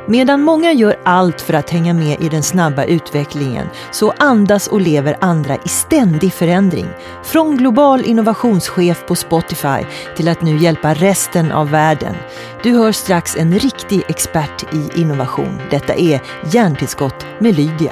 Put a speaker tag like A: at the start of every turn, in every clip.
A: Medan många gör allt för att hänga med i den snabba utvecklingen så andas och lever andra i ständig förändring. Från global innovationschef på Spotify till att nu hjälpa resten av världen. Du hör strax en riktig expert i innovation. Detta är Hjärntillskott med Lydia.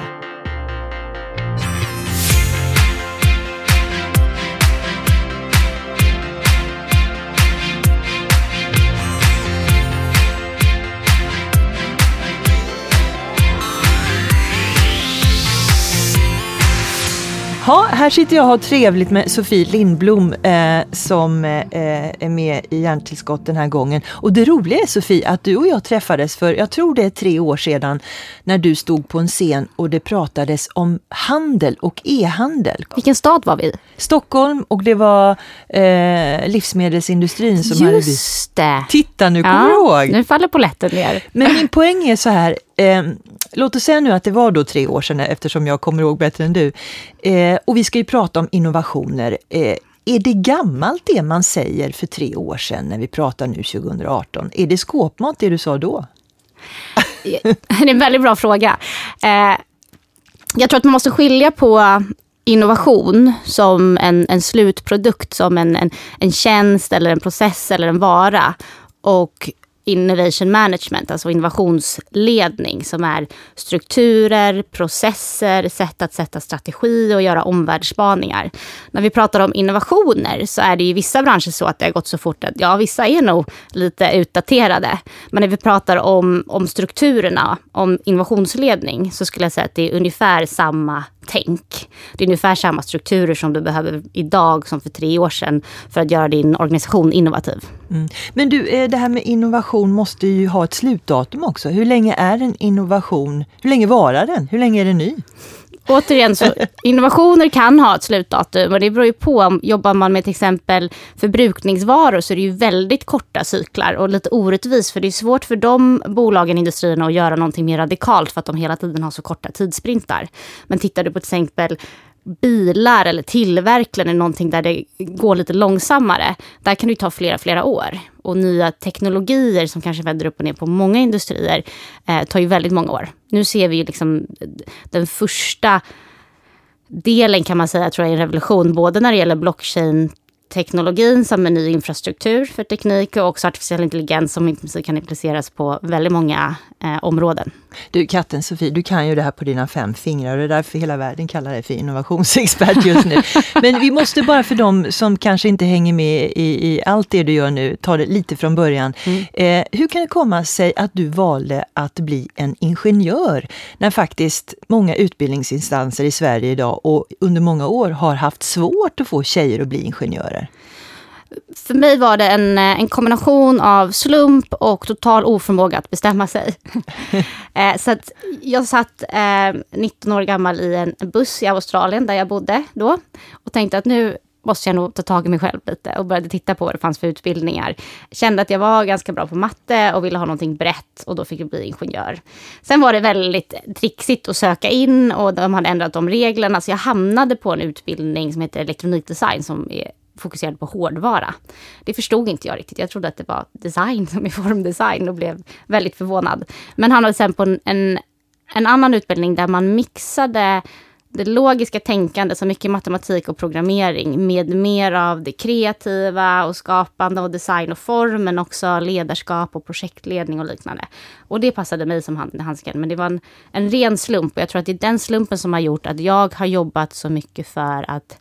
A: Ja, här sitter jag och har trevligt med Sofie Lindblom som är med i Hjärntillskott den här gången. Och det roliga är, Sofie, att du och jag träffades för, jag tror det är 3 år sedan, när du stod på en scen och det pratades om handel och e-handel.
B: Vilken stad var vi i?
A: Stockholm, och det var livsmedelsindustrin som hade...
B: Just det!
A: Titta, nu kommer du ihåg.
B: Nu faller polletten ner.
A: Men min poäng är så här... låt oss säga nu att det var då 3 år sedan, eftersom jag kommer ihåg bättre än du. Och vi ska ju prata om innovationer. Är det gammalt det man säger för 3 år sedan när vi pratar nu 2018? Är det skåpmat det du sa då?
B: Det är en väldigt bra fråga. Jag tror att man måste skilja på innovation som en slutprodukt, som en tjänst eller en process eller en vara, och innovation management, alltså innovationsledning, som är strukturer, processer, sätt att sätta strategi och göra omvärldsspaningar. När vi pratar om innovationer så är det i vissa branscher så att det har gått så fort att vissa är nog lite utdaterade. Men när vi pratar om strukturerna, om innovationsledning, så skulle jag säga att det är ungefär samma tänk. Det är ungefär samma strukturer som du behöver idag som för 3 år sedan för att göra din organisation innovativ.
A: Mm. Men du, det här med innovation måste ju ha ett slutdatum också. Hur länge är en innovation? Hur länge varar den? Hur länge är den ny?
B: Återigen, så innovationer kan ha ett slutdatum, och det beror ju på. Jobbar man med till exempel förbrukningsvaror så är det ju väldigt korta cyklar och lite orättvis, för det är svårt för de bolagen, industrierna, att göra någonting mer radikalt för att de hela tiden har så korta tidssprintar. Men tittar du på till exempel bilar eller tillverkning är någonting där det går lite långsammare. Där kan det ju ta flera år. Och nya teknologier som kanske vänder upp och ner på många industrier tar ju väldigt många år. Nu ser vi ju liksom den första delen, kan man säga, tror jag, är en revolution. Både när det gäller blockchain-teknologin som en ny infrastruktur för teknik, och också artificiell intelligens som i princip kan appliceras på väldigt många områden.
A: Du, katten Sofie, du kan ju det här på dina 5 fingrar, och det är därför hela världen kallar dig för innovationsexpert just nu. Men vi måste bara, för dem som kanske inte hänger med i allt det du gör nu, ta det lite från början. Hur kan det komma sig att du valde att bli en ingenjör när faktiskt många utbildningsinstanser i Sverige idag och under många år har haft svårt att få tjejer att bli ingenjörer?
B: För mig var det en kombination av slump och total oförmåga att bestämma sig. Så att jag satt 19 år gammal i en buss i Australien där jag bodde då, och tänkte att nu måste jag nog ta tag i mig själv lite, och började titta på vad det fanns för utbildningar. Kände att jag var ganska bra på matte och ville ha någonting brett, och då fick jag bli ingenjör. Sen var det väldigt trixigt att söka in, och de hade ändrat de reglerna, så jag hamnade på en utbildning som heter elektronikdesign, som är fokuserad på hårdvara. Det förstod inte jag riktigt. Jag trodde att det var design som är formdesign, och blev väldigt förvånad. Men hamnade sen på en annan utbildning där man mixade det logiska tänkandet, så mycket matematik och programmering, med mer av det kreativa och skapande och design och form, men också ledarskap och projektledning och liknande. Och det passade mig som handen i handsken, men det var en ren slump, och jag tror att det är den slumpen som har gjort att jag har jobbat så mycket för att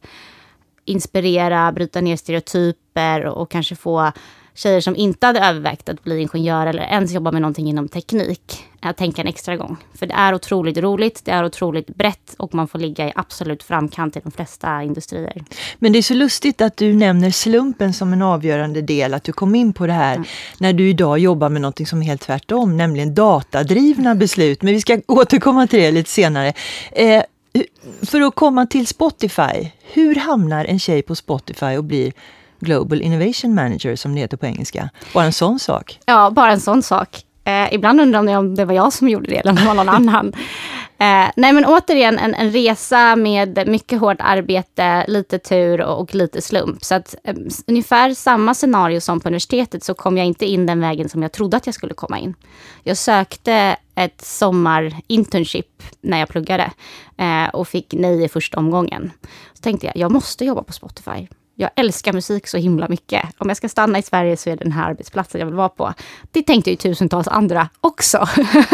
B: inspirera, bryta ner stereotyper och kanske få tjejer som inte hade övervägt att bli ingenjör eller ens jobba med någonting inom teknik att tänka en extra gång. För det är otroligt roligt, det är otroligt brett, och man får ligga i absolut framkant i de flesta industrier. Men det är så lustigt att du nämner slumpen som en avgörande del, att du kom in på det här när du idag jobbar med någonting som är helt tvärtom, nämligen datadrivna beslut. Men vi ska återkomma till det lite senare. För att komma till Spotify, hur hamnar en tjej på Spotify och blir Global Innovation Manager, som det heter på engelska? Bara en sån sak? Ja, bara en sån sak. Ibland undrar jag om det var jag som gjorde det eller om det var någon annan. Nej men återigen en resa med mycket hårt arbete, lite tur och lite slump. Så att ungefär samma scenario som på universitetet så kom jag inte in den vägen som jag trodde att jag skulle komma in. Jag sökte ett sommarinternship när jag pluggade och fick nej i första omgången. Så tänkte jag måste jobba på Spotify. Jag älskar musik så himla mycket. Om jag ska stanna i Sverige så är det den här arbetsplatsen jag vill vara på. Det tänkte ju tusentals andra också.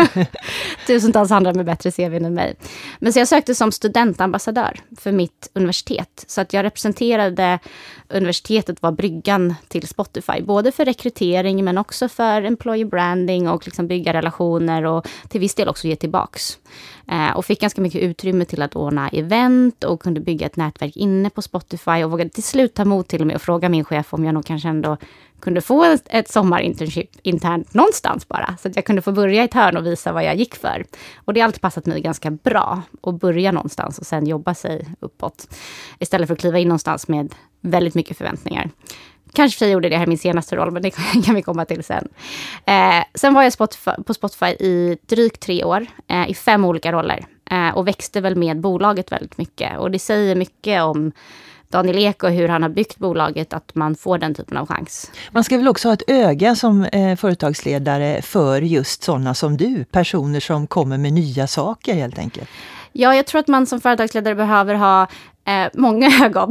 B: Tusentals andra med bättre CV än mig. Men så jag sökte som studentambassadör för mitt universitet. Så att jag representerade universitetet, var bryggan till Spotify. Både för rekrytering men också för employer branding och liksom bygga relationer och till viss del också ge tillbaks. Och fick ganska mycket utrymme till att ordna event och kunde bygga ett nätverk inne på Spotify och vågade till slut ta emot till och med och fråga min chef om jag nog kanske ändå kunde få ett sommarinternship internt någonstans bara. Så att jag kunde få börja i ett hörn och visa vad jag gick för. Och det har alltid passat mig ganska bra att börja någonstans och sen jobba sig uppåt. Istället för att kliva in någonstans med väldigt mycket förväntningar. Kanske jag gjorde det här i min senaste roll, men det kan vi komma till sen. Sen var jag på Spotify i drygt 3 år, i 5 olika roller. Och växte väl med bolaget väldigt mycket. Och det säger mycket om Daniel Ek och hur han har byggt bolaget, att man får den typen av chans.
A: Man ska väl också ha ett öga som företagsledare för just sådana som du, personer som kommer med nya saker helt enkelt.
B: Ja, jag tror att man som företagsledare behöver ha många ögon.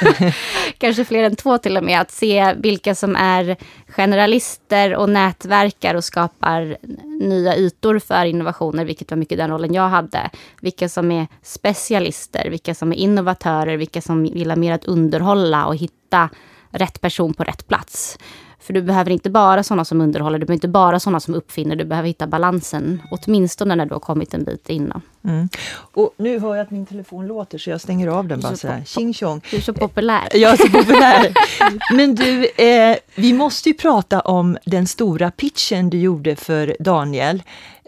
B: Kanske fler än 2 till och med. Att se vilka som är generalister och nätverkar och skapar nya ytor för innovationer, vilket var mycket den rollen jag hade. Vilka som är specialister, vilka som är innovatörer, vilka som vill mer att underhålla och hitta rätt person på rätt plats. För du behöver inte bara sådana som underhåller, du behöver inte bara sådana som uppfinner, du behöver hitta balansen, åtminstone när du har kommit en bit innan.
A: Och nu hör jag att min telefon låter så jag stänger av den bara så här. Tjing tjong.
B: Du är så populär.
A: Jag är så populär. Men du, vi måste ju prata om den stora pitchen du gjorde för Daniel.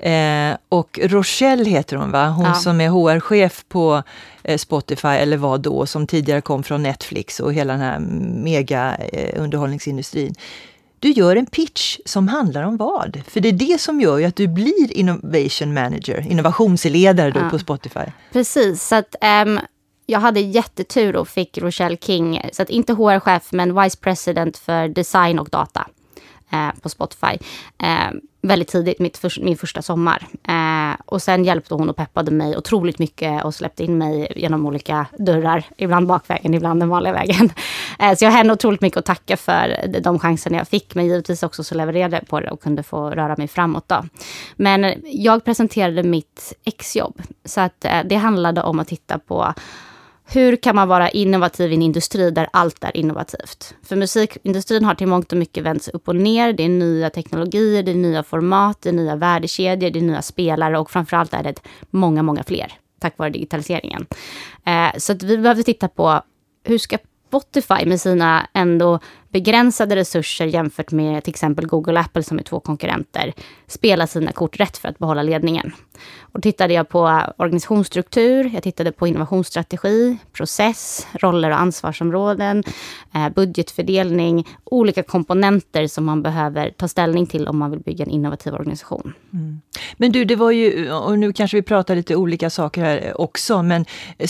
A: Och Rochelle heter hon, va? Hon som är HR-chef på Spotify, eller vad då, som tidigare kom från Netflix och hela den här mega underhållningsindustrin. Du gör en pitch som handlar om vad? För det är det som gör ju att du blir innovation manager, innovationsledare då på Spotify.
B: Precis, så att jag hade jättetur och fick Rochelle King, så att inte HR-chef men vice president för design och data på Spotify. Väldigt tidigt, min första sommar. Och sen hjälpte hon och peppade mig otroligt mycket och släppte in mig genom olika dörrar. Ibland bakvägen, ibland den vanliga vägen. Så jag har henne otroligt mycket att tacka för de chanserna jag fick. Men givetvis också så levererade jag på det och kunde få röra mig framåt då. Men jag presenterade mitt exjobb. Så att det handlade om att titta på hur kan man vara innovativ i en industri där allt är innovativt? För musikindustrin har till mångt och mycket vänts upp och ner. Det är nya teknologier, det är nya format, det är nya värdekedjor, det är nya spelare och framförallt är det många, många fler tack vare digitaliseringen. Så att vi behövde titta på hur ska Spotify med sina ändå begränsade resurser jämfört med till exempel Google och Apple som är 2 konkurrenter spela sina kort rätt för att behålla ledningen. Och tittade jag på organisationsstruktur, jag tittade på innovationsstrategi, process, roller och ansvarsområden, budgetfördelning, olika komponenter som man behöver ta ställning till om man vill bygga en innovativ organisation.
A: Men du, det var ju, och nu kanske vi pratar lite olika saker här också, men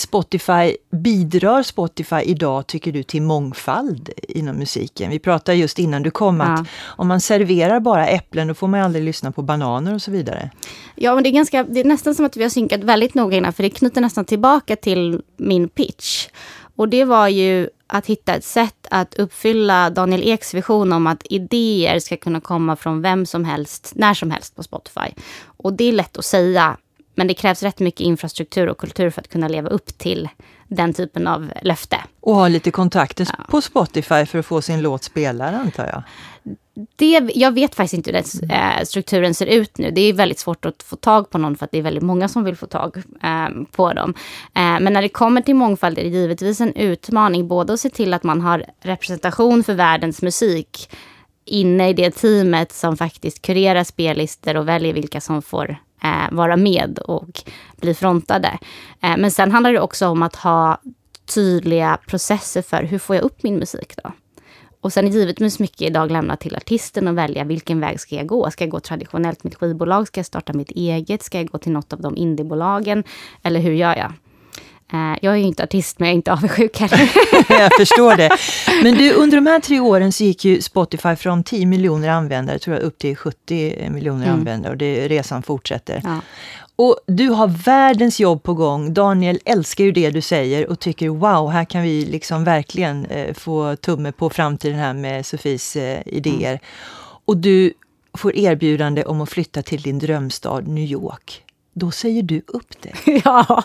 A: bidrar Spotify idag, tycker du, till mångfald inom musiken? Vi pratade just innan du kom att om man serverar bara äpplen då får man aldrig lyssna på bananer och så vidare.
B: Ja, men det är nästan som att vi har synkat väldigt noga innan, för det knyter nästan tillbaka till min pitch. Och det var ju att hitta ett sätt att uppfylla Daniel Eks vision om att idéer ska kunna komma från vem som helst, när som helst på Spotify. Och det är lätt att säga, men det krävs rätt mycket infrastruktur och kultur för att kunna leva upp till den typen av löfte.
A: Och ha lite kontakter på Spotify för att få sin låt spelad, antar jag.
B: Jag vet faktiskt inte hur strukturen ser ut nu. Det är väldigt svårt att få tag på någon för att det är väldigt många som vill få tag på dem. Men när det kommer till mångfald är det givetvis en utmaning både att se till att man har representation för världens musik inne i det teamet som faktiskt kurerar spellistor och väljer vilka som får vara med och bli frontade. Men sen handlar det också om att ha tydliga processer för hur får jag upp min musik då? Och sen är givetvis mycket idag lämnat till artisten att välja vilken väg ska jag gå. Ska jag gå traditionellt med ett skivbolag? Ska jag starta mitt eget? Ska jag gå till något av de indiebolagen? Eller hur gör jag? Jag är ju inte artist, men jag är inte avundsjuk heller.
A: Jag förstår det. Men du, under de här 3 åren så gick ju Spotify från 10 miljoner användare, tror jag, upp till 70 miljoner användare. Och resan fortsätter. Ja. Och du har världens jobb på gång. Daniel älskar ju det du säger och tycker wow, här kan vi liksom verkligen få tumme på framtiden här med Sofies idéer. Och du får erbjudande om att flytta till din drömstad New York. Då säger du upp det.
B: Ja,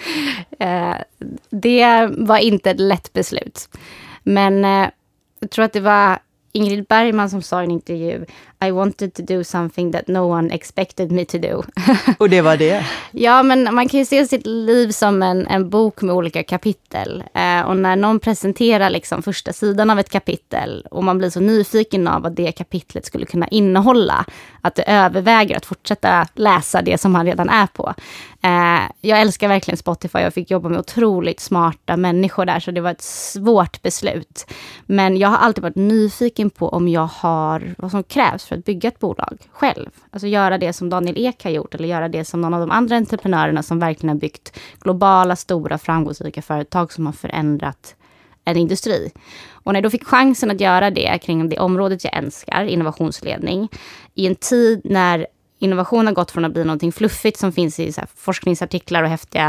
B: det var inte ett lätt beslut. Men jag tror att det var Ingrid Bergman som sa i en intervju: I wanted to do something that no one expected me to do.
A: Och det var det?
B: Ja, men man kan ju se sitt liv som en bok med olika kapitel. Och när någon presenterar liksom första sidan av ett kapitel och man blir så nyfiken av vad det kapitlet skulle kunna innehålla, att det överväger att fortsätta läsa det som man redan är på. Jag älskar verkligen Spotify. Jag fick jobba med otroligt smarta människor där, så det var ett svårt beslut. Men jag har alltid varit nyfiken på om jag har vad som krävs för att bygga ett bolag själv. Alltså göra det som Daniel Ek har gjort, eller göra det som någon av de andra entreprenörerna som verkligen har byggt globala, stora, framgångsrika företag som har förändrat en industri. Och när jag då fick chansen att göra det kring det området jag älskar, innovationsledning, i en tid när innovation har gått från att bli någonting fluffigt som finns i så här forskningsartiklar och häftiga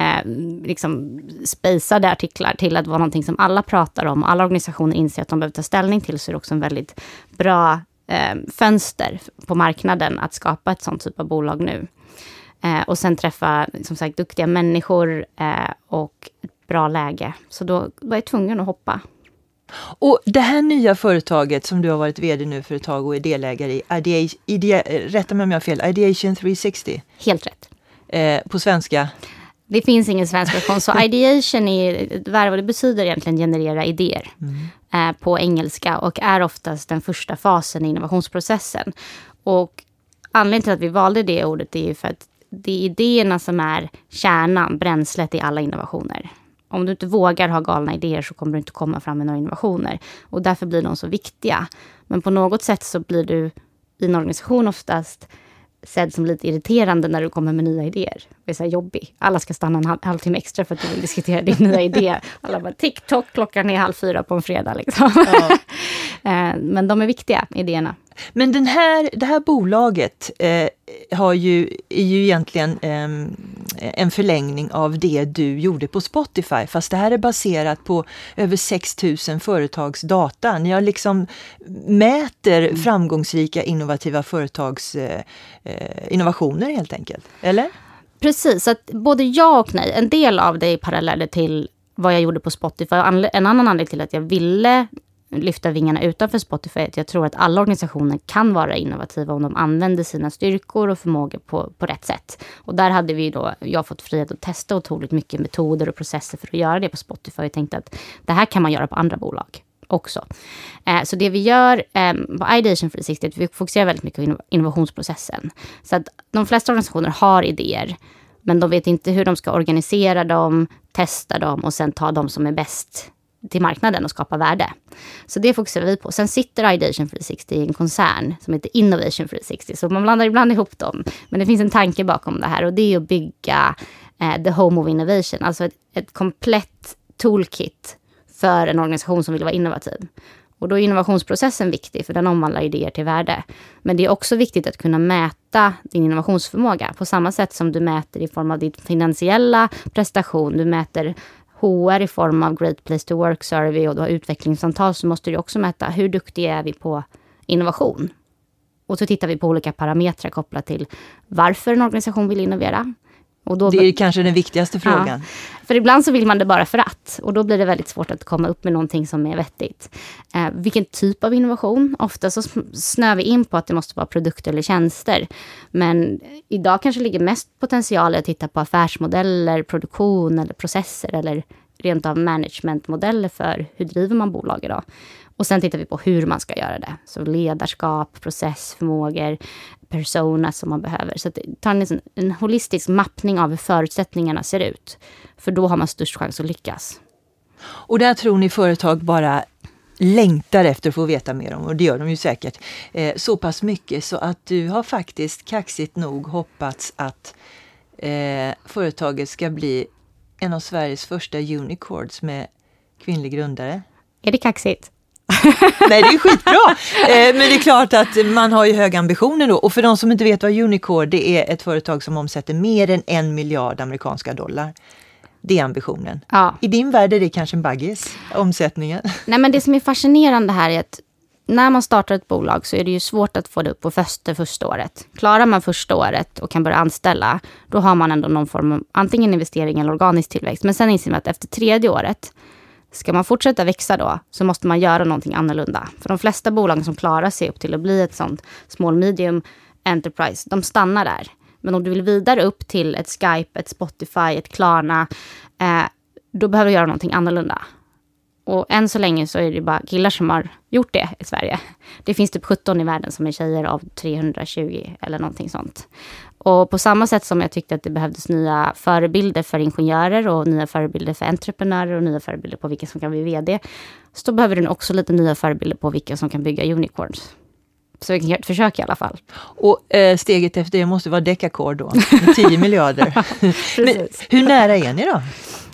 B: liksom spacade artiklar, till att vara någonting som alla pratar om och alla organisationer inser att de behöver ta ställning till, så är det också en väldigt bra fönster på marknaden att skapa ett sånt typ av bolag nu. Och sen träffa som sagt duktiga människor och ett bra läge. Så då var jag tvungen att hoppa.
A: Och det här nya företaget som du har varit vd nu för ett tag och är delägare i, rätta mig om jag har fel, Ideation 360?
B: Helt rätt.
A: På svenska?
B: Det finns ingen svensk version, så ideation är vad det betyder egentligen generera idéer på engelska, och är oftast den första fasen i innovationsprocessen. Och anledningen till att vi valde det ordet är ju för att det är idéerna som är kärnan, bränslet i alla innovationer. Om du inte vågar ha galna idéer så kommer du inte komma fram med några innovationer. Och därför blir de så viktiga. Men på något sätt så blir du i en organisation oftast sedd som lite irriterande när du kommer med nya idéer. Det är så här jobbig. Alla ska stanna en halvtimme extra för att du vill diskutera din nya idé. Alla bara TikTok, klockan är 3:30 på en fredag liksom. Ja. Men de är viktiga, idéerna.
A: Men det här bolaget är ju egentligen en förlängning av det du gjorde på Spotify. Fast det här är baserat på över 6 000 företags data. Ni har liksom mäter framgångsrika innovativa företags innovationer helt enkelt, eller?
B: Precis, att både ja och nej. En del av det är paralleller till vad jag gjorde på Spotify. En annan anledning till att jag ville lyfta vingarna utanför Spotify, att jag tror att alla organisationer kan vara innovativa om de använder sina styrkor och förmågor på rätt sätt. Och där hade vi då, jag fått frihet att testa otroligt mycket metoder och processer för att göra det på Spotify. Jag tänkte att det här kan man göra på andra bolag också. Så det vi gör på Ideation 360 är att vi fokuserar väldigt mycket på innovationsprocessen. Så att de flesta organisationer har idéer, men de vet inte hur de ska organisera dem, testa dem och sen ta dem som är bäst till marknaden och skapa värde. Så det fokuserar vi på. Sen sitter Ideation 360 i en koncern som heter Innovation 360. Så man blandar ibland ihop dem. Men det finns en tanke bakom det här, och det är att bygga the home of innovation. Alltså ett komplett toolkit för en organisation som vill vara innovativ. Och då är innovationsprocessen viktig, för den omvandlar idéer till värde. Men det är också viktigt att kunna mäta din innovationsförmåga på samma sätt som du mäter i form av din finansiella prestation. Du mäter HR i form av Great Place to Work Survey och du har utvecklingssamtal, så måste du också mäta hur duktiga är vi på innovation. Och så tittar vi på olika parametrar kopplat till varför en organisation vill innovera. Och då,
A: det är kanske den viktigaste frågan. Ja,
B: för ibland så vill man det bara för att. Och då blir det väldigt svårt att komma upp med någonting som är vettigt. Vilken typ av innovation? Ofta så snör vi in på att det måste vara produkter eller tjänster. Men idag kanske ligger mest potential att titta på affärsmodeller, produktion eller processer. Eller rent av managementmodeller för hur driver man bolag idag. Och sen tittar vi på hur man ska göra det. Så ledarskap, processförmågor, personas som man behöver. Så det tar en holistisk mappning av hur förutsättningarna ser ut. För då har man störst chans att lyckas.
A: Och där tror ni företag bara längtar efter att få veta mer om, och det gör de ju säkert, så pass mycket så att du har faktiskt kaxigt nog hoppats att företaget ska bli en av Sveriges första unicorns med kvinnlig grundare.
B: Är det kaxigt?
A: Nej, det är skitbra. Men det är klart att man har ju höga ambitioner då. Och för de som inte vet vad unicorn, det är ett företag som omsätter mer än 1 miljard amerikanska dollar. Det är ambitionen.
B: Ja.
A: I din värld är det kanske en baggis, omsättningen.
B: Nej, men det som är fascinerande här är att när man startar ett bolag så är det ju svårt att få det upp på fötter första året. Klarar man första året och kan börja anställa, då har man ändå någon form av antingen investering eller organisk tillväxt. Men sen inser man att efter 3:e året, ska man fortsätta växa då, så måste man göra någonting annorlunda. För de flesta bolag som klarar sig upp till att bli ett sånt small medium enterprise, de stannar där. Men om du vill vidare upp till ett Skype, ett Spotify, ett Klarna, då behöver du göra någonting annorlunda. Och än så länge så är det bara killar som har gjort det i Sverige. Det finns typ 17 i världen som är tjejer av 320 eller någonting sånt. Och på samma sätt som jag tyckte att det behövdes nya förebilder för ingenjörer och nya förebilder för entreprenörer och nya förebilder på vilka som kan bli vd, så behöver den också lite nya förebilder på vilka som kan bygga unicorns. Så vi kan göra ett försök i alla fall.
A: Och steget efter det måste vara Decacord då, med 10 miljarder. Men hur nära är ni då?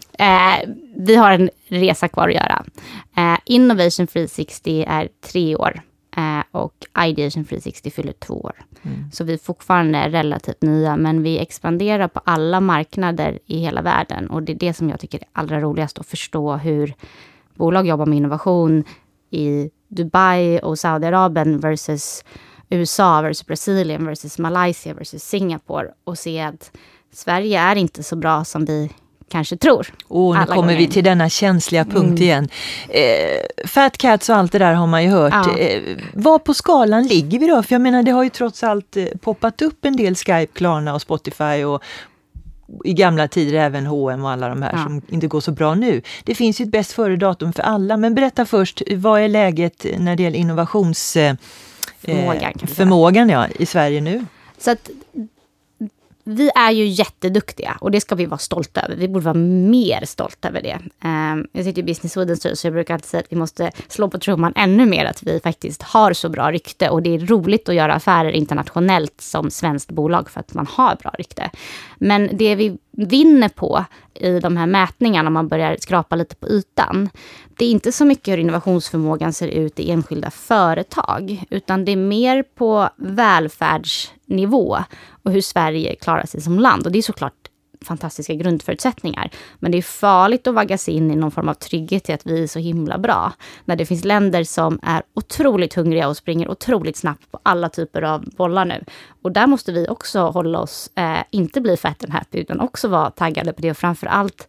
B: Vi har en resa kvar att göra. Innovation 360 är 3 år. Och Ideation 360 fyller 2 år. Så vi är fortfarande relativt nya, men vi expanderar på alla marknader i hela världen. Och det är det som jag tycker är allra roligast, att förstå hur bolag jobbar med innovation i Dubai och Saudiarabien versus USA versus Brasilien versus Malaysia versus Singapore, och se att Sverige är inte så bra som vi kanske tror.
A: Nu kommer vi till denna känsliga punkt igen. Fat Cats och allt det där har man ju hört. Ja. Vad på skalan ligger vi då? För jag menar, det har ju trots allt poppat upp en del Skype, Klarna och Spotify, och i gamla tider även H&M och alla de här som inte går så bra nu. Det finns ju ett bäst före datum för alla. Men berätta först, vad är läget när det gäller innovationsförmågan i Sverige nu?
B: Så att vi är ju jätteduktiga, och det ska vi vara stolta över. Vi borde vara mer stolta över det. Jag sitter i Business Sweden, så jag brukar alltid säga att vi måste slå på trumman ännu mer, att vi faktiskt har så bra rykte. Och det är roligt att göra affärer internationellt som svenskt bolag för att man har bra rykte. Men det vi vinner på i de här mätningarna, om man börjar skrapa lite på ytan, det är inte så mycket hur innovationsförmågan ser ut i enskilda företag, utan det är mer på välfärdsnivå och hur Sverige klarar sig som land. Och det är såklart fantastiska grundförutsättningar. Men det är farligt att vaggas in i någon form av trygghet till att vi är så himla bra. När det finns länder som är otroligt hungriga och springer otroligt snabbt på alla typer av bollar nu. Och där måste vi också hålla oss, inte bli fat and happy, utan också vara taggade på det. Och framförallt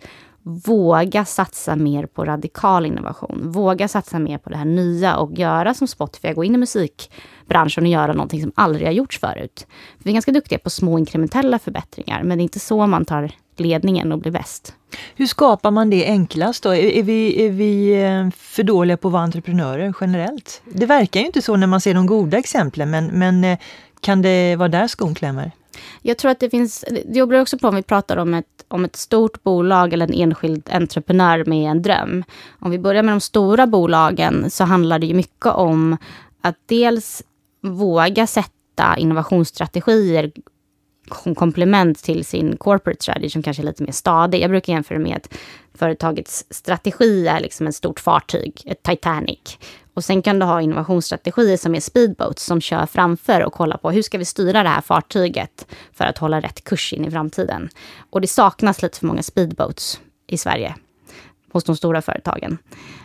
B: våga satsa mer på radikal innovation. Våga satsa mer på det här nya och göra som Spotify, gå in i musikbranschen och göra någonting som aldrig har gjorts förut. Vi är ganska duktiga på små inkrementella förbättringar, men det är inte så man tar ledningen och blir bäst.
A: Hur skapar man det enklast då? Är vi för dåliga på att vara entreprenörer generellt? Det verkar ju inte så när man ser de goda exemplen, men kan det vara där skon klämmer?
B: Jag tror att det finns, det jobbar också på om vi pratar om ett stort bolag eller en enskild entreprenör med en dröm. Om vi börjar med de stora bolagen, så handlar det ju mycket om att dels våga sätta innovationsstrategier som komplement till sin corporate strategy som kanske är lite mer stadig. Jag brukar jämföra med att företagets strategi är liksom ett stort fartyg, ett Titanic. Och sen kan du ha innovationsstrategier som är speedboats som kör framför och kollar på hur ska vi styra det här fartyget för att hålla rätt kurs in i framtiden. Och det saknas lite för många speedboats i Sverige hos de stora företagen.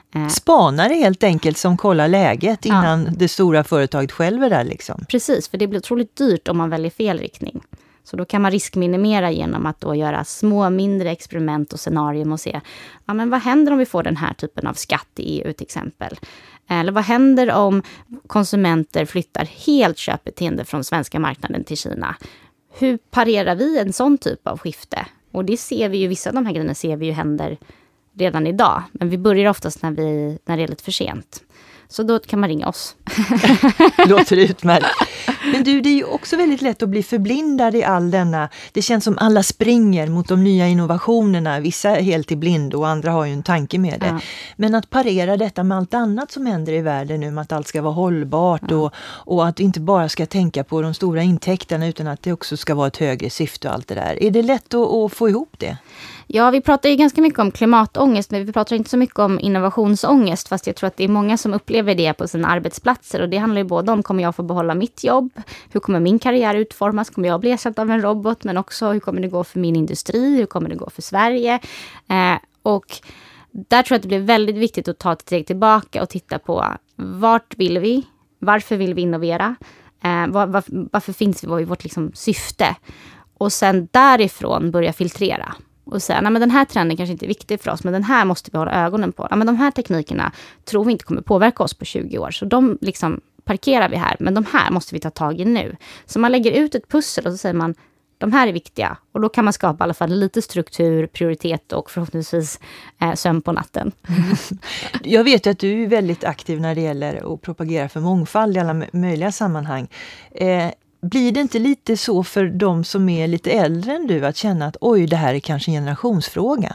A: Spanare helt enkelt som kollar läget innan det stora företaget själv är där liksom.
B: Precis, för det blir otroligt dyrt om man väljer fel riktning. Så då kan man riskminimera genom att då göra små, mindre experiment och scenarium och se, ja, men vad händer om vi får den här typen av skatt i EU till exempel? Eller vad händer om konsumenter flyttar helt köpbeteende från svenska marknaden till Kina? Hur parerar vi en sån typ av skifte? Och det ser vi ju, vissa av de här grejerna ser vi ju händer redan idag. Men vi börjar oftast när det är lite för sent. Så då kan man ringa oss.
A: Låter utmärkt. Men du, det är ju också väldigt lätt att bli förblindad i all denna. Det känns som alla springer mot de nya innovationerna. Vissa är helt i blind och andra har ju en tanke med det. Ja. Men att parera detta med allt annat som händer i världen nu, med att allt ska vara hållbart och att inte bara ska tänka på de stora intäkterna utan att det också ska vara ett högre syfte och allt det där. Är det lätt att få ihop det?
B: Ja, vi pratar ju ganska mycket om klimatångest, men vi pratar inte så mycket om innovationsångest, fast jag tror att det är många som upplever det på sina arbetsplatser, och det handlar ju både om, kommer jag få behålla mitt jobb? Hur kommer min karriär utformas? Kommer jag bli ersatt av en robot? Men också, hur kommer det gå för min industri? Hur kommer det gå för Sverige? Och där tror jag att det blir väldigt viktigt att ta ett steg tillbaka och titta på vart vill vi? Varför vill vi innovera? Varför finns vi? Vad är vårt liksom syfte? Och sen därifrån börja filtrera. Och säga, nej men den här trenden kanske inte är viktig för oss, men den här måste vi hålla ögonen på. Ja, men de här teknikerna tror vi inte kommer påverka oss på 20 år. Så de liksom parkerar vi här, men de här måste vi ta tag i nu. Så man lägger ut ett pussel och så säger man, de här är viktiga. Och då kan man skapa i alla fall lite struktur, prioritet och förhoppningsvis sömn på natten.
A: Jag vet att du är väldigt aktiv när det gäller att propagera för mångfald i alla möjliga sammanhang. Blir det inte lite så för de som är lite äldre än du att känna att oj, det här är kanske en generationsfråga?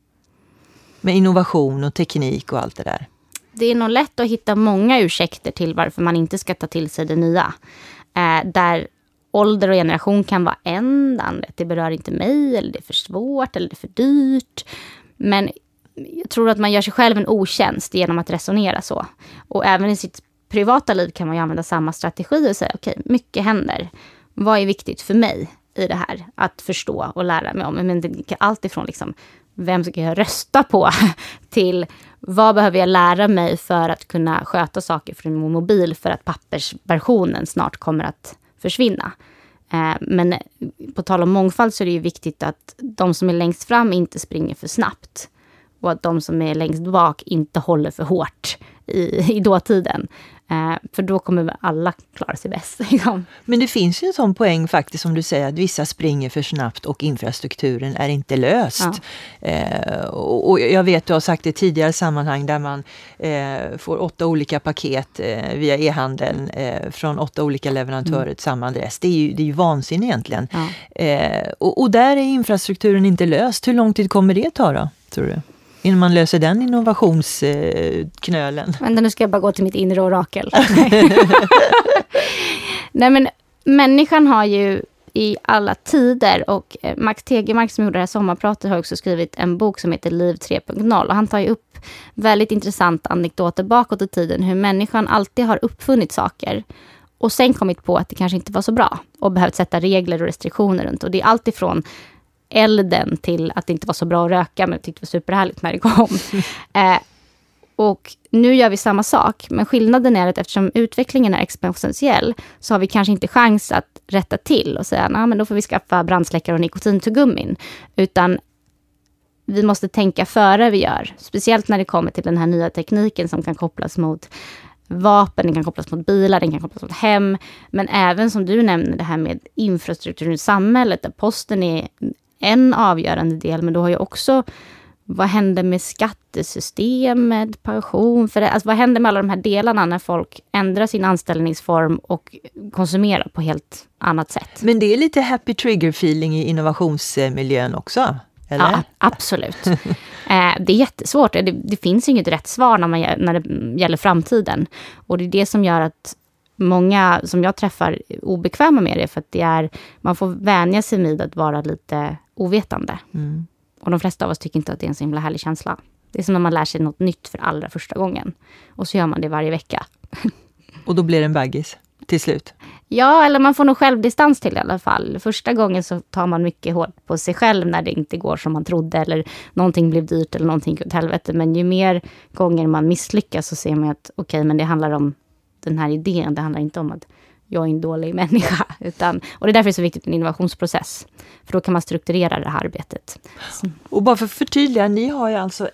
A: Med innovation och teknik och allt det där.
B: Det är nog lätt att hitta många ursäkter till varför man inte ska ta till sig det nya. Där ålder och generation kan vara en, det berör inte mig, eller det är för svårt, eller det är för dyrt. Men jag tror att man gör sig själv en otjänst genom att resonera så. Och även i sitt privata liv kan man ju använda samma strategi och säga okej, mycket händer. Vad är viktigt för mig i det här att förstå och lära mig om? Men det är allt ifrån liksom, vem ska jag rösta på till vad behöver jag lära mig för att kunna sköta saker från min mobil för att pappersversionen snart kommer att försvinna. Men på tal om mångfald så är det ju viktigt att de som är längst fram inte springer för snabbt. Och att de som är längst bak inte håller för hårt i dåtiden. För då kommer alla klara sig bäst. Liksom.
A: Men det finns ju en sån poäng faktiskt som du säger att vissa springer för snabbt och infrastrukturen är inte löst. Ja. Och jag vet, du har sagt det i tidigare sammanhang där man får 8 olika paket via e-handeln från 8 olika leverantörer till samma adress. Det är ju vansinne egentligen. Ja. Och där är infrastrukturen inte löst. Hur lång tid kommer det ta då, tror du? Innan man löser den innovationsknölen.
B: Men nu ska jag bara gå till mitt inre orakel. Nej, men människan har ju i alla tider, och Max Tegmark som gjorde det här sommarpratet har också skrivit en bok som heter Liv 3.0. Och han tar ju upp väldigt intressanta anekdoter bakåt i tiden. Hur människan alltid har uppfunnit saker. Och sen kommit på att det kanske inte var så bra. Och behövt sätta regler och restriktioner runt. Och det är allt ifrån elden till att det inte var så bra att röka, men jag tyckte det var superhärligt när det kom. Och nu gör vi samma sak, men skillnaden är att eftersom utvecklingen är exponentiell så har vi kanske inte chans att rätta till och säga, nej men då får vi skaffa brandsläckare och nikotintugummin. Utan vi måste tänka före vi gör. Speciellt när det kommer till den här nya tekniken som kan kopplas mot vapen, den kan kopplas mot bilar, den kan kopplas mot hem. Men även som du nämner det här med infrastrukturen i samhället, där posten är en avgörande del, men då har ju också vad händer med skattesystemet, pension, alltså vad händer med alla de här delarna när folk ändrar sin anställningsform och konsumerar på helt annat sätt.
A: Men det är lite happy trigger feeling i innovationsmiljön också, eller?
B: Ja, absolut. Det är jättesvårt. Det finns inget rätt svar när det gäller framtiden. Och det är det som gör att många som jag träffar är obekväma med det, för att man får vänja sig med att vara lite ovetande. Mm. Och de flesta av oss tycker inte att det är en så himla härlig känsla. Det är som när man lär sig något nytt för allra första gången. Och så gör man det varje vecka.
A: Och då blir det en baggis till slut?
B: Ja, eller man får nog självdistans till det i alla fall. Första gången så tar man mycket hårt på sig själv när det inte går som man trodde. Eller någonting blev dyrt eller någonting åt helvete. Men ju mer gånger man misslyckas så ser man att okej, men det handlar om den här idén. Det handlar inte om att jag är en dålig människa. Och det är därför det är så viktigt med en innovationsprocess. För då kan man strukturera det här arbetet.
A: Och bara för att förtydliga, ni har ju alltså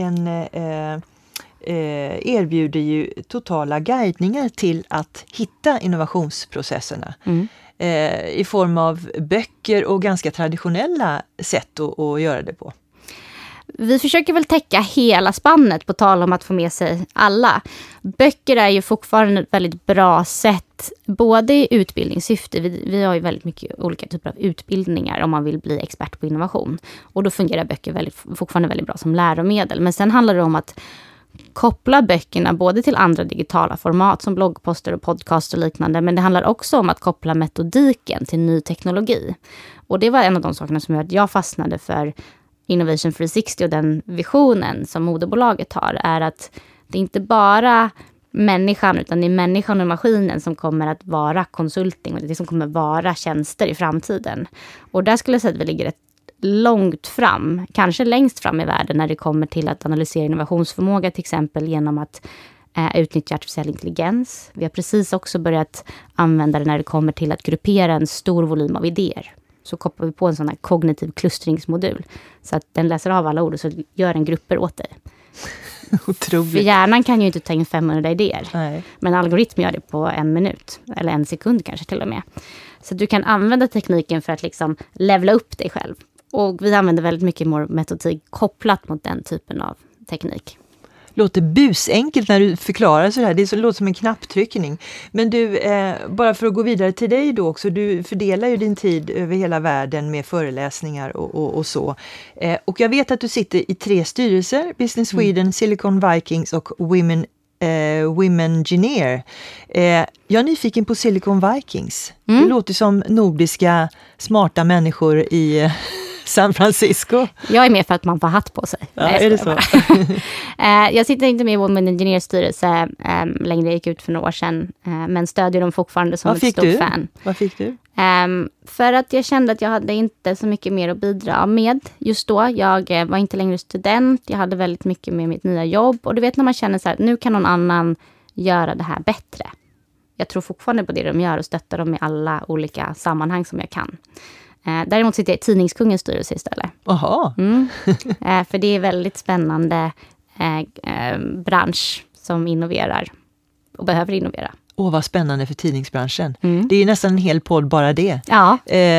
A: erbjuder ju totala guidningar till att hitta innovationsprocesserna. Mm. I form av böcker och ganska traditionella sätt att göra det på.
B: Vi försöker väl täcka hela spannet på tal om att få med sig alla. Böcker är ju fortfarande ett väldigt bra sätt, både i utbildningssyfte. Vi har ju väldigt mycket olika typer av utbildningar om man vill bli expert på innovation. Och då fungerar böcker fortfarande väldigt bra som läromedel. Men sen handlar det om att koppla böckerna både till andra digitala format som bloggposter och podcast och liknande. Men det handlar också om att koppla metodiken till ny teknologi. Och det var en av de sakerna som gjorde att jag fastnade för Innovation 360 och den visionen som moderbolaget har, är att det inte bara människan, utan det är människan och maskinen som kommer att vara konsulting och det som kommer vara tjänster i framtiden. Och där skulle jag säga att vi ligger rätt långt fram, kanske längst fram i världen när det kommer till att analysera innovationsförmåga, till exempel genom att utnyttja artificiell intelligens. Vi har precis också börjat använda det när det kommer till att gruppera en stor volym av idéer. Så kopplar vi på en sån här kognitiv klustringsmodul. Så att den läser av alla ord och så gör den grupper åt dig.
A: Otroligt.
B: För hjärnan kan ju inte ta in 500 idéer.
A: Nej.
B: Men algoritm gör det på 1 minut. Eller 1 sekund kanske till och med. Så du kan använda tekniken för att liksom levela upp dig själv. Och vi använder väldigt mycket metodik kopplat mot den typen av teknik.
A: Låter busenkelt när du förklarar så här. Det låter som en knapptryckning. Men du, bara för att gå vidare till dig då också. Du fördelar ju din tid över hela världen med föreläsningar och så. Och jag vet att du sitter i 3 styrelser. Business Sweden, Silicon Vikings och Womengineer. Jag är nyfiken på Silicon Vikings. Det låter som nordiska smarta människor i San Francisco.
B: Jag är med för att man får hatt på sig.
A: Ja, är det så?
B: Jag sitter inte med i Women Engineers styrelse längre, jag gick ut för några år sedan. Men stödjer dem fortfarande som ett stort fan.
A: Vad fick du?
B: För att jag kände att jag hade inte så mycket mer att bidra med just då. Jag var inte längre student. Jag hade väldigt mycket med mitt nya jobb. Och du vet när man känner så här, nu kan någon annan göra det här bättre. Jag tror fortfarande på det de gör och stöttar dem i alla olika sammanhang som jag kan. Däremot sitter jag i Tidningskungens styrelse istället.
A: Jaha.
B: För det är väldigt spännande bransch som innoverar och behöver innovera.
A: Vad spännande för tidningsbranschen. Det är ju nästan en hel podd bara det.
B: Ja.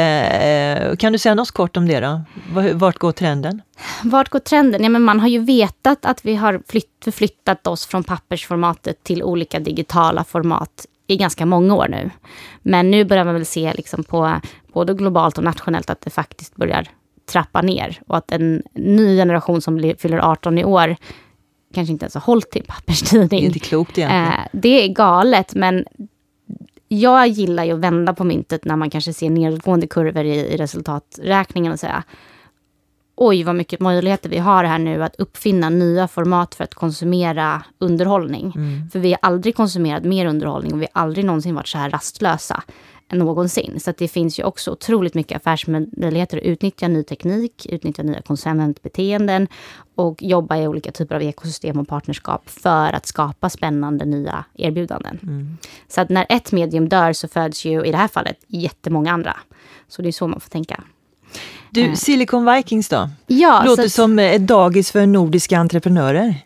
A: Kan du säga något kort om det då? Vart går trenden?
B: Vart går trenden? Ja, men man har ju vetat att vi har förflyttat oss från pappersformatet till olika digitala format i ganska många år nu. Men nu börjar man väl se liksom på både globalt och nationellt att det faktiskt börjar trappa ner. Och att en ny generation som fyller 18 i år kanske inte ens har hållit till papperstidning.
A: Det är inte klokt egentligen.
B: Det är galet, men jag gillar ju att vända på myntet när man kanske ser nedgående kurvor i resultaträkningen och säga oj vad mycket möjligheter vi har här nu att uppfinna nya format för att konsumera underhållning. För vi har aldrig konsumerat mer underhållning och vi har aldrig någonsin varit så här rastlösa än någonsin. Så att det finns ju också otroligt mycket affärsmöjligheter att utnyttja ny teknik, utnyttja nya konsumentbeteenden och jobba i olika typer av ekosystem och partnerskap för att skapa spännande nya erbjudanden. Så att när ett medium dör så föds ju i det här fallet jättemånga andra. Så det är så man får tänka.
A: Du, Silicon Vikings då?
B: Ja,
A: låter som ett dagis för nordiska entreprenörer.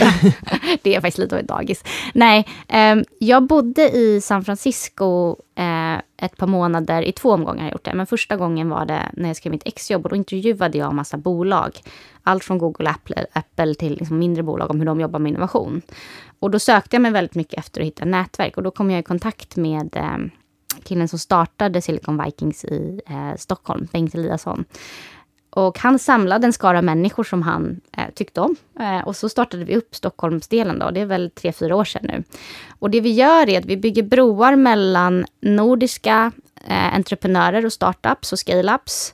B: Det är faktiskt lite av ett dagis. Nej, jag bodde i San Francisco ett par månader, i 2 omgångar har jag gjort det. Men första gången var det när jag skrev mitt exjobb och då intervjuade jag en massa bolag. Allt från Google, Apple till liksom mindre bolag om hur de jobbar med innovation. Och då sökte jag mig väldigt mycket efter att hitta nätverk och då kom jag i kontakt med killen som startade Silicon Vikings i Stockholm, Bengt Eliasson. Och han samlade en skara människor som han tyckte om. Och så startade vi upp Stockholmsdelen då. Det är väl 3-4 år sedan nu. Och det vi gör är att vi bygger broar mellan nordiska entreprenörer och startups och scale-ups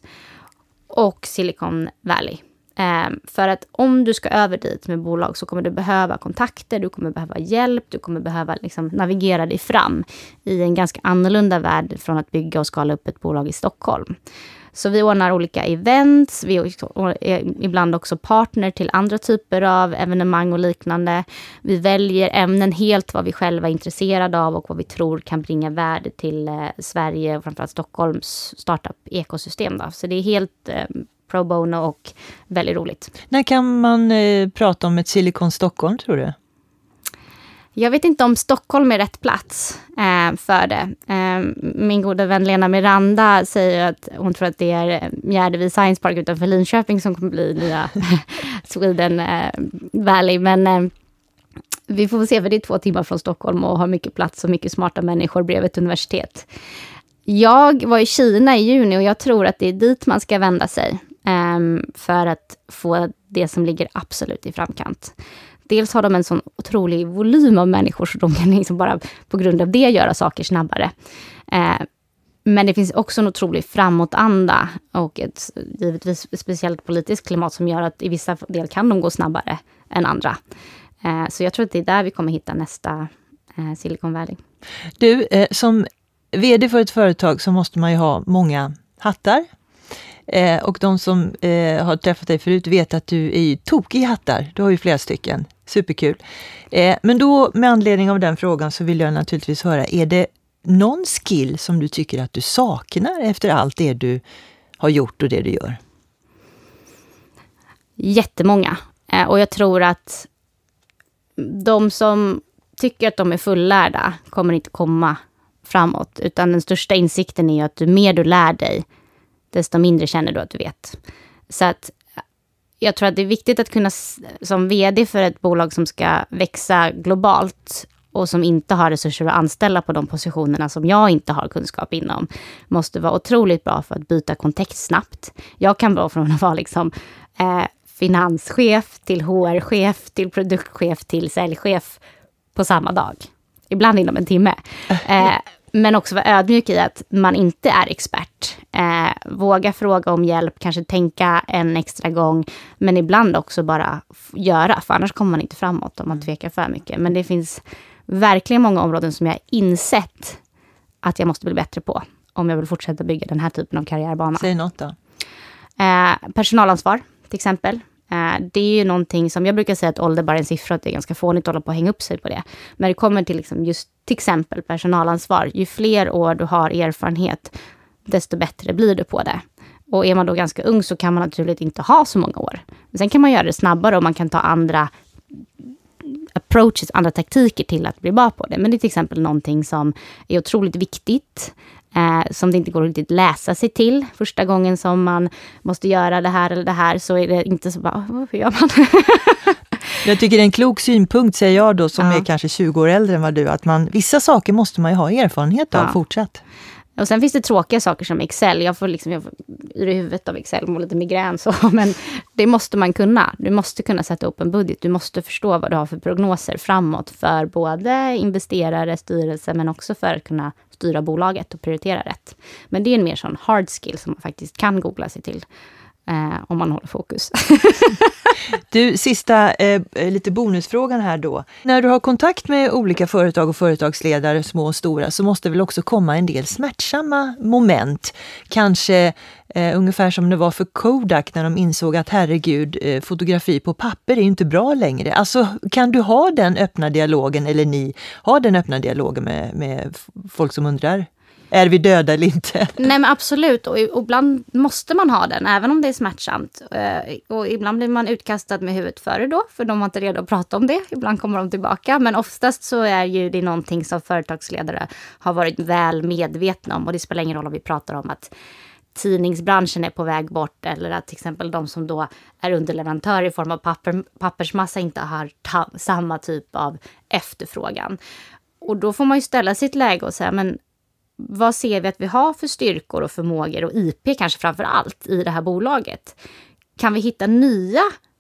B: och Silicon Valley. För att om du ska över dit med bolag så kommer du behöva kontakter, du kommer behöva hjälp, du kommer behöva liksom navigera dig fram i en ganska annorlunda värld från att bygga och skala upp ett bolag i Stockholm. Så vi ordnar olika events, vi är ibland också partner till andra typer av evenemang och liknande. Vi väljer ämnen helt vad vi själva är intresserade av och vad vi tror kan bringa värde till Sverige och framförallt Stockholms startup-ekosystem. Så det är helt pro bono och väldigt roligt.
A: När kan man prata om ett Silicon Stockholm, tror du?
B: Jag vet inte om Stockholm är rätt plats för det. min goda vän Lena Miranda säger att hon tror att det är Mjärdevi Science Park utanför Linköping som kommer bli nya Sweden Valley. Men vi får se, för det är 2 timmar från Stockholm och har mycket plats och mycket smarta människor bredvid ett universitet. Jag var i Kina i juni och jag tror att det är dit man ska vända sig för att få det som ligger absolut i framkant. Dels har de en sån otrolig volym av människor så de kan liksom bara på grund av det göra saker snabbare. Men det finns också en otrolig framåtanda och ett givetvis speciellt politiskt klimat som gör att i vissa del kan de gå snabbare än andra. Så jag tror att det är där vi kommer hitta nästa Silicon Valley.
A: Du, som vd för ett företag så måste man ju ha många hattar. Och de som har träffat dig förut vet att du är ju tokig i hattar. Du har ju flera stycken. Superkul. Men då med anledning av den frågan så vill jag naturligtvis höra, är det någon skill som du tycker att du saknar efter allt det du har gjort och det du gör?
B: Jättemånga. Och jag tror att de som tycker att de är fullärda kommer inte komma framåt. Utan den största insikten är ju att ju mer du lär dig, desto mindre känner du att du vet. Så att jag tror att det är viktigt att kunna, som vd för ett bolag som ska växa globalt och som inte har resurser att anställa på de positionerna som jag inte har kunskap inom, måste vara otroligt bra för att byta kontext snabbt. Jag kan vara från att vara liksom finanschef till HR-chef till produktchef till säljchef på samma dag. Ibland inom en timme. Men också vara ödmjuk i att man inte är expert. Våga fråga om hjälp, kanske tänka en extra gång. Men ibland också bara göra, för annars kommer man inte framåt om man tvekar för mycket. Men det finns verkligen många områden som jag har insett att jag måste bli bättre på. Om jag vill fortsätta bygga den här typen av karriärbana.
A: Säg något då.
B: Personalansvar till exempel. Det är ju någonting som jag brukar säga att ålder bara är en siffra, att det är ganska fånigt att hålla på att hänga upp sig på det. Men det kommer till liksom just till exempel personalansvar. Ju fler år du har erfarenhet, desto bättre blir du på det. Och är man då ganska ung så kan man naturligt inte ha så många år. Men sen kan man göra det snabbare och man kan ta andra approaches, andra taktiker till att bli bra på det. Men det är till exempel någonting som är otroligt viktigt. Som det inte går att riktigt läsa sig till. Första gången som man måste göra det här eller det här så är det inte så bara, hur gör man?
A: Jag tycker det är en klok synpunkt, säger jag då, som är kanske 20 år äldre än vad du, att vissa saker måste man ju ha erfarenhet av fortsatt.
B: Och sen finns det tråkiga saker som Excel. Jag får yr i huvudet av Excel och lite migrän så. Men det måste man kunna. Du måste kunna sätta upp en budget. Du måste förstå vad du har för prognoser framåt. För både investerare, styrelse men också för att kunna styra bolaget och prioritera rätt. Men det är en mer sån hard skill som man faktiskt kan googla sig till. Om man håller fokus.
A: Du, sista lite bonusfrågan här då. När du har kontakt med olika företag och företagsledare, små och stora, så måste väl också komma en del smärtsamma moment. Kanske ungefär som det var för Kodak när de insåg att herregud, fotografi på papper är inte bra längre. Alltså, kan du ha den öppna dialogen, eller ni har den öppna dialogen med folk som undrar? Är vi döda eller inte? Nej,
B: men absolut. Och ibland måste man ha den, även om det är smärtsamt. Och ibland blir man utkastad med huvudet före då, för de var inte redo att prata om det. Ibland kommer de tillbaka. Men oftast så är ju det någonting som företagsledare har varit väl medvetna om. Och det spelar ingen roll om vi pratar om att tidningsbranschen är på väg bort. Eller att till exempel de som då är underleverantör i form av pappersmassa inte har samma typ av efterfrågan. Och då får man ju ställa sitt läge och säga, men vad ser vi att vi har för styrkor och förmågor och IP kanske framför allt i det här bolaget? Kan vi hitta nya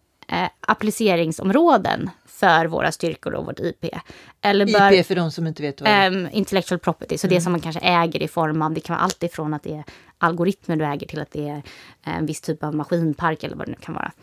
B: appliceringsområden för våra styrkor och vårt IP? Eller
A: IP för de som inte vet vad det är.
B: Intellectual property, så det som man kanske äger i form av, det kan vara allt ifrån att det är algoritmer du äger till att det är en viss typ av maskinpark eller vad det nu kan vara.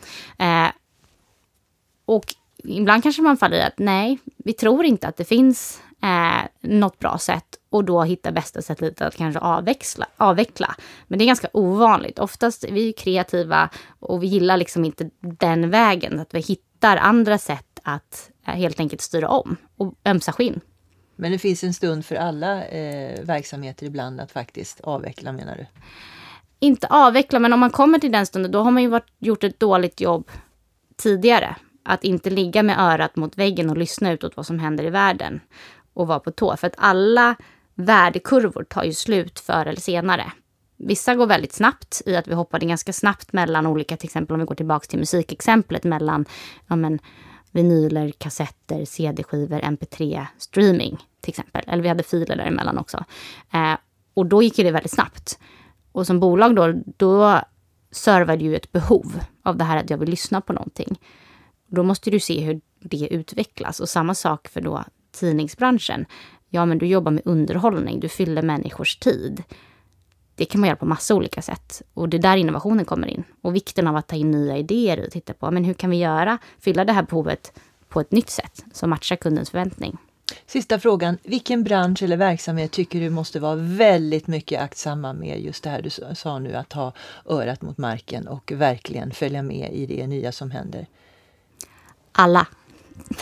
B: Och ibland kanske man faller i att nej, vi tror inte att det finns något bra sätt, och då hitta bästa sättet att kanske avveckla. Men det är ganska ovanligt. Oftast är vi kreativa och vi gillar liksom inte den vägen, att vi hittar andra sätt att helt enkelt styra om och ömsa skinn.
A: Men det finns en stund för alla verksamheter ibland att faktiskt avveckla, menar du?
B: Inte avveckla, men om man kommer till den stunden, då har man ju gjort ett dåligt jobb tidigare. Att inte ligga med örat mot väggen och lyssna utåt vad som händer i världen och vara på tå. För att alla värdekurvor tar ju slut förr eller senare. Vissa går väldigt snabbt i att vi hoppade ganska snabbt mellan olika, till exempel om vi går tillbaka till musikexemplet, mellan vinyler, kassetter, CD-skivor, MP3, streaming till exempel. Eller vi hade filer däremellan också. Och då gick det väldigt snabbt. Och som bolag då servade ju ett behov av det här att jag vill lyssna på någonting. Då måste du se hur det utvecklas. Och samma sak för då tidningsbranschen. Ja, men du jobbar med underhållning, du fyller människors tid. Det kan man göra på massa olika sätt. Och det är där innovationen kommer in. Och vikten av att ta in nya idéer och titta på, men hur kan vi fylla det här behovet på ett nytt sätt som matchar kundens förväntning.
A: Sista frågan, vilken bransch eller verksamhet tycker du måste vara väldigt mycket aktsamma med just det här du sa nu, att ha örat mot marken och verkligen följa med i det nya som händer?
B: Alla.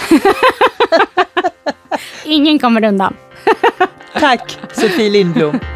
B: Ingen kommer undan.
A: Tack, Sofie Lindblom.